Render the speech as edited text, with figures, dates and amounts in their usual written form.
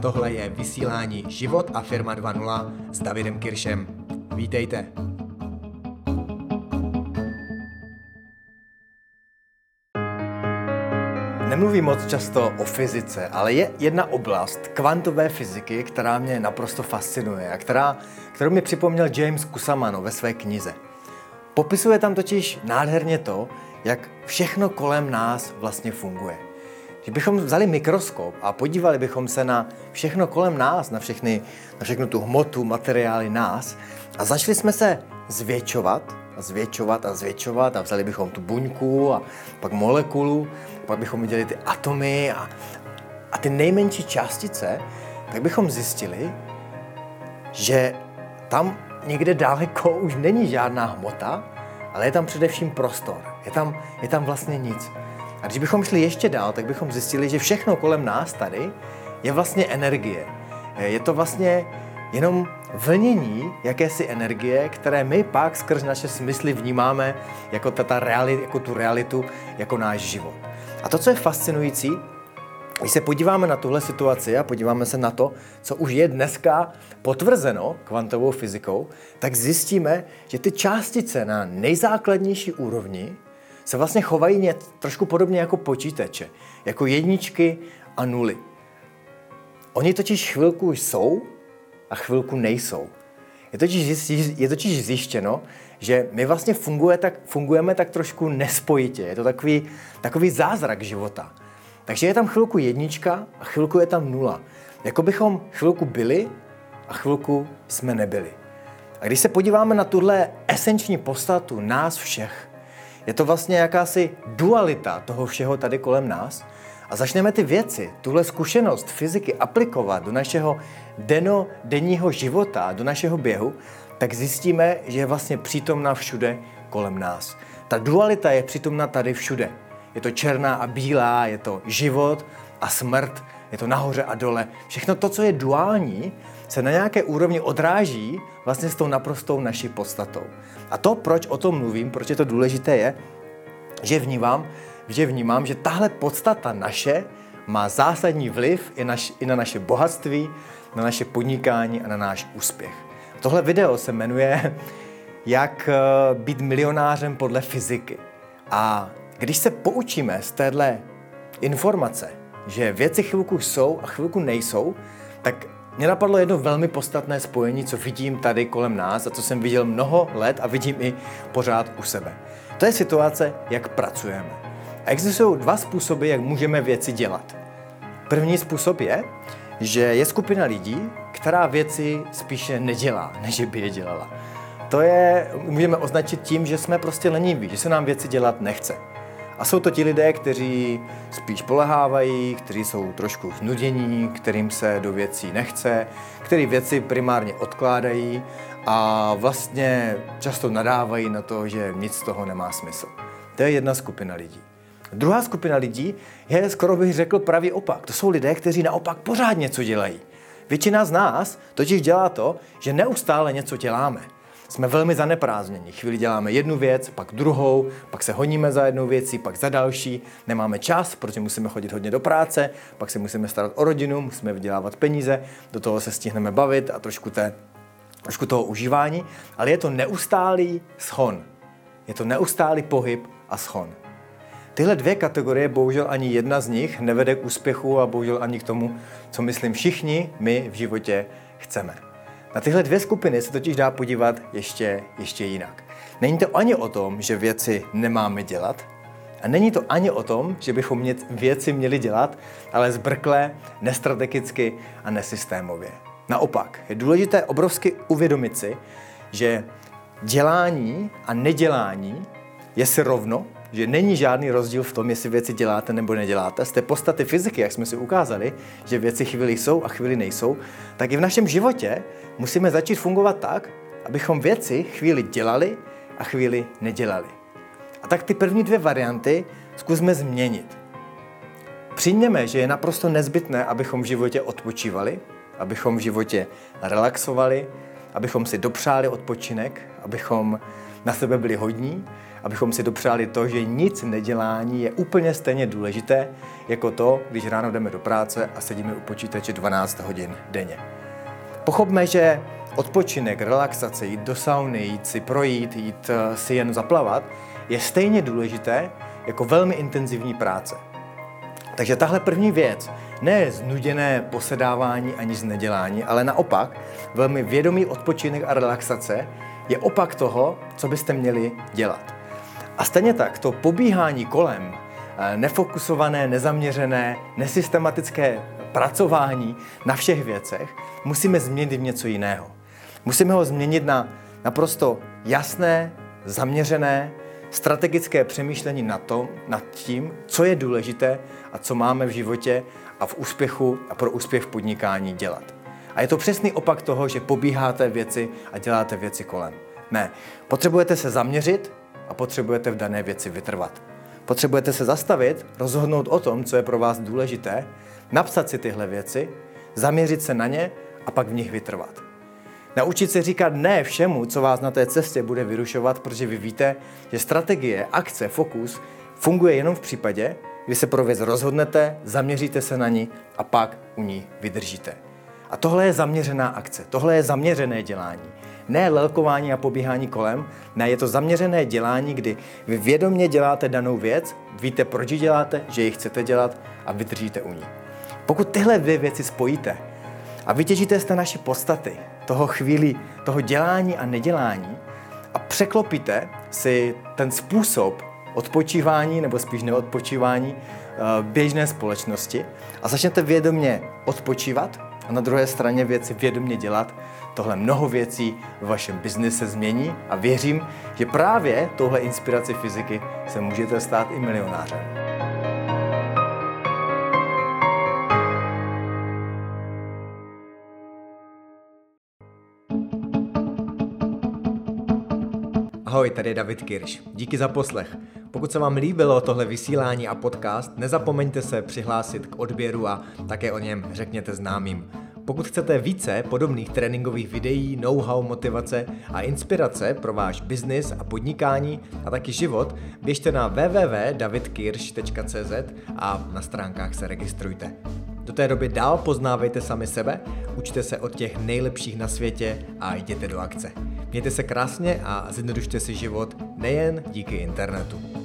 tohle je vysílání Život a firma 2.0 s Davidem Kiršem. Vítejte. Nemluvím moc často o fyzice, ale je jedna oblast kvantové fyziky, která mě naprosto fascinuje a kterou mi připomněl James Kusamano ve své knize. Popisuje tam totiž nádherně to, jak všechno kolem nás vlastně funguje. Kdybychom vzali mikroskop a podívali bychom se na všechno kolem nás, na všechnu tu hmotu, materiály nás a začali jsme se zvětšovat a vzali bychom tu buňku a pak molekulu, pak bychom viděli ty atomy a ty nejmenší částice, tak bychom zjistili, že tam někde daleko už není žádná hmota, ale je tam především prostor. Je tam vlastně nic. A když bychom šli ještě dál, tak bychom zjistili, že všechno kolem nás tady je vlastně energie. Je to vlastně jenom vlnění jakési energie, které my pak skrz naše smysly vnímáme jako tu realitu, jako náš život. A to, co je fascinující, když se podíváme na tuhle situaci a podíváme se na to, co už je dneska potvrzeno kvantovou fyzikou, tak zjistíme, že ty částice na nejzákladnější úrovni se vlastně chovají trošku podobně jako počítače, jako jedničky a nuly. Oni totiž chvilku jsou a chvilku nejsou. Je totiž zjištěno, že my vlastně fungujeme tak trošku nespojitě. Je to takový zázrak života. Takže je tam chvilku jednička a chvilku je tam nula. Jako bychom chvilku byli a chvilku jsme nebyli. A když se podíváme na tuhle esenční podstatu nás všech, je to vlastně jakási dualita toho všeho tady kolem nás a začneme ty věci, tuhle zkušenost fyziky aplikovat do našeho denního života, do našeho běhu, tak zjistíme, že je vlastně přítomná všude kolem nás. Ta dualita je přítomná tady všude. Je to černá a bílá, je to život a smrt, je to nahoře a dole. Všechno to, co je duální, se na nějaké úrovni odráží vlastně s tou naprostou naší podstatou. A to, proč o tom mluvím, proč je to důležité, je, že vnímám, že tahle podstata naše má zásadní vliv i na naše bohatství, na naše podnikání a na náš úspěch. Tohle video se jmenuje Jak být milionářem podle fyziky. A když se poučíme z téhle informace, že věci chvilku jsou a chvilku nejsou, tak mě napadlo jedno velmi podstatné spojení, co vidím tady kolem nás a co jsem viděl mnoho let a vidím i pořád u sebe. To je situace, jak pracujeme. A existují dva způsoby, jak můžeme věci dělat. První způsob je, že je skupina lidí, která věci spíše nedělá, než by je dělala. Můžeme označit tím, že jsme prostě leniví, že se nám věci dělat nechce. A jsou to ti lidé, kteří spíš polehávají, kteří jsou trošku znudění, kterým se do věcí nechce, kteří věci primárně odkládají a vlastně často nadávají na to, že nic z toho nemá smysl. To je jedna skupina lidí. Druhá skupina lidí je, skoro bych řekl, pravý opak. To jsou lidé, kteří naopak pořád něco dělají. Většina z nás totiž dělá to, že neustále něco děláme. Jsme velmi zaneprázdnění. Chvíli děláme jednu věc, pak druhou, pak se honíme za jednou věcí, pak za další. Nemáme čas, protože musíme chodit hodně do práce, pak se musíme starat o rodinu, musíme vydělávat peníze, do toho se stihneme bavit a trošku toho užívání, ale je to neustálý schon. Je to neustálý pohyb a schon. Tyhle dvě kategorie, bohužel ani jedna z nich nevede k úspěchu a bohužel ani k tomu, co myslím všichni my v životě chceme. Na tyhle dvě skupiny se totiž dá podívat ještě jinak. Není to ani o tom, že věci nemáme dělat a není to ani o tom, že bychom věci měli dělat, ale zbrkle, nestrategicky a nesystémově. Naopak, je důležité obrovsky uvědomit si, že dělání a nedělání je si rovno, že není žádný rozdíl v tom, jestli věci děláte nebo neděláte. Z té podstaty fyziky, jak jsme si ukázali, že věci chvíli jsou a chvíli nejsou, tak i v našem životě musíme začít fungovat tak, abychom věci chvíli dělali a chvíli nedělali. A tak ty první dvě varianty zkusme změnit. Přijměme, že je naprosto nezbytné, abychom v životě odpočívali, abychom v životě relaxovali, abychom si dopřáli odpočinek, abychom na sebe byli hodní, abychom si dopřáli to, že nic nedělání je úplně stejně důležité, jako to, když ráno jdeme do práce a sedíme u počítače 12 hodin denně. Pochopme, že odpočinek, relaxace, jít do sauny, jít si projít, jít si jen zaplavat, je stejně důležité jako velmi intenzivní práce. Takže tahle první věc, ne znuděné posedávání ani z nedělání, ale naopak velmi vědomý odpočinek a relaxace je opak toho, co byste měli dělat. A stejně tak to pobíhání kolem, nefokusované, nezaměřené, nesystematické pracování na všech věcech, musíme změnit v něco jiného. Musíme ho změnit na naprosto jasné, zaměřené, strategické přemýšlení nad tím, co je důležité a co máme v životě a v úspěchu a pro úspěch v podnikání dělat. A je to přesný opak toho, že pobíháte věci a děláte věci kolem. Ne, potřebujete se zaměřit a potřebujete v dané věci vytrvat. Potřebujete se zastavit, rozhodnout o tom, co je pro vás důležité, napsat si tyhle věci, zaměřit se na ně a pak v nich vytrvat. Naučit se říkat ne všemu, co vás na té cestě bude vyrušovat, protože vy víte, že strategie, akce, fokus funguje jenom v případě, kdy se pro věc rozhodnete, zaměříte se na ní a pak u ní vydržíte. A tohle je zaměřená akce, tohle je zaměřené dělání. Ne lelkování a pobíhání kolem, ne, je to zaměřené dělání, kdy vy vědomě děláte danou věc, víte, proč ji děláte, že ji chcete dělat a vydržíte u ní. Pokud tyhle dvě věci spojíte a vytěžíte z té naší podstaty, toho chvíli, toho dělání a nedělání a překlopíte si ten způsob odpočívání nebo spíš neodpočívání běžné společnosti a začnete vědomě odpočívat a na druhé straně věci vědomě dělat, tohle mnoho věcí v vašem biznise změní a věřím, že právě touhle inspiraci fyziky se můžete stát i milionářem. Ahoj, tady je David Kirš. Díky za poslech. Pokud se vám líbilo tohle vysílání a podcast, nezapomeňte se přihlásit k odběru a také o něm řekněte známým. Pokud chcete více podobných tréninkových videí, know-how, motivace a inspirace pro váš biznis a podnikání a taky život, běžte na www.davidkirš.cz a na stránkách se registrujte. Do té doby dál poznávejte sami sebe, učte se od těch nejlepších na světě a jděte do akce. Mějte se krásně a zjednodušte si život nejen díky internetu.